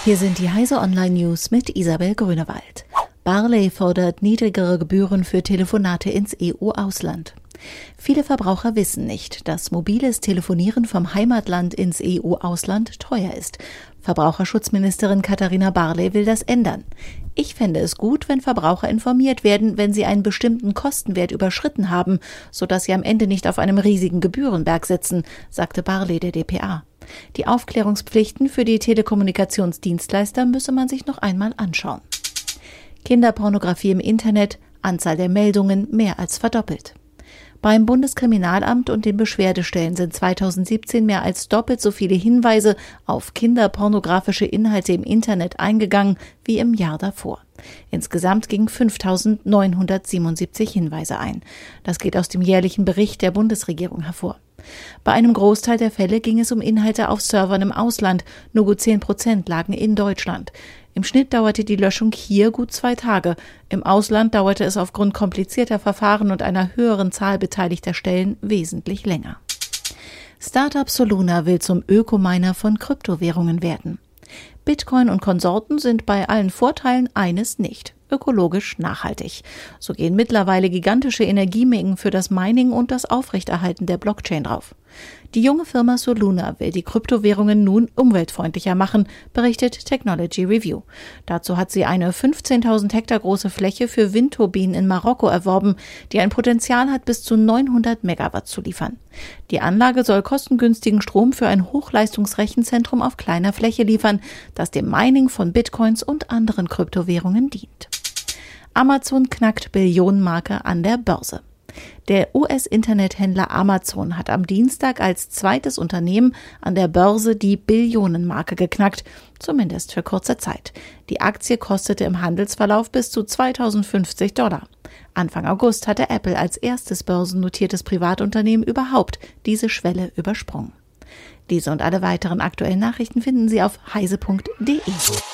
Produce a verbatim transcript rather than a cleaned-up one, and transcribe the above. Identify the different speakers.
Speaker 1: Hier sind die Heise Online News mit Isabel Grünewald. Barley fordert niedrigere Gebühren für Telefonate ins E U-Ausland. Viele Verbraucher wissen nicht, dass mobiles Telefonieren vom Heimatland ins E U-Ausland teuer ist. Verbraucherschutzministerin Katharina Barley will das ändern. Ich fände es gut, wenn Verbraucher informiert werden, wenn sie einen bestimmten Kostenwert überschritten haben, sodass sie am Ende nicht auf einem riesigen Gebührenberg sitzen, sagte Barley der d P A. Die Aufklärungspflichten für die Telekommunikationsdienstleister müsse man sich noch einmal anschauen. Kinderpornografie im Internet, Anzahl der Meldungen mehr als verdoppelt. Beim Bundeskriminalamt und den Beschwerdestellen sind zweitausendsiebzehn mehr als doppelt so viele Hinweise auf kinderpornografische Inhalte im Internet eingegangen wie im Jahr davor. Insgesamt gingen fünftausendneunhundertsiebenundsiebzig Hinweise ein. Das geht aus dem jährlichen Bericht der Bundesregierung hervor. Bei einem Großteil der Fälle ging es um Inhalte auf Servern im Ausland, nur gut zehn Prozent lagen in Deutschland. Im Schnitt dauerte die Löschung hier gut zwei Tage. Im Ausland dauerte es aufgrund komplizierter Verfahren und einer höheren Zahl beteiligter Stellen wesentlich länger. Startup Soluna will zum Ökominer von Kryptowährungen werden. Bitcoin und Konsorten sind bei allen Vorteilen eines nicht: ökologisch nachhaltig. So gehen mittlerweile gigantische Energiemengen für das Mining und das Aufrechterhalten der Blockchain drauf. Die junge Firma Soluna will die Kryptowährungen nun umweltfreundlicher machen, berichtet Technology Review. Dazu hat sie eine fünfzehntausend Hektar große Fläche für Windturbinen in Marokko erworben, die ein Potenzial hat, bis zu neunhundert Megawatt zu liefern. Die Anlage soll kostengünstigen Strom für ein Hochleistungsrechenzentrum auf kleiner Fläche liefern, das dem Mining von Bitcoins und anderen Kryptowährungen dient. Amazon knackt Billionenmarke an der Börse. Der U S-Internethändler Amazon hat am Dienstag als zweites Unternehmen an der Börse die Billionenmarke geknackt, zumindest für kurze Zeit. Die Aktie kostete im Handelsverlauf bis zu zweitausendfünfzig Dollar. Anfang August hatte Apple als erstes börsennotiertes Privatunternehmen überhaupt diese Schwelle übersprungen. Diese und alle weiteren aktuellen Nachrichten finden Sie auf heise punkt de.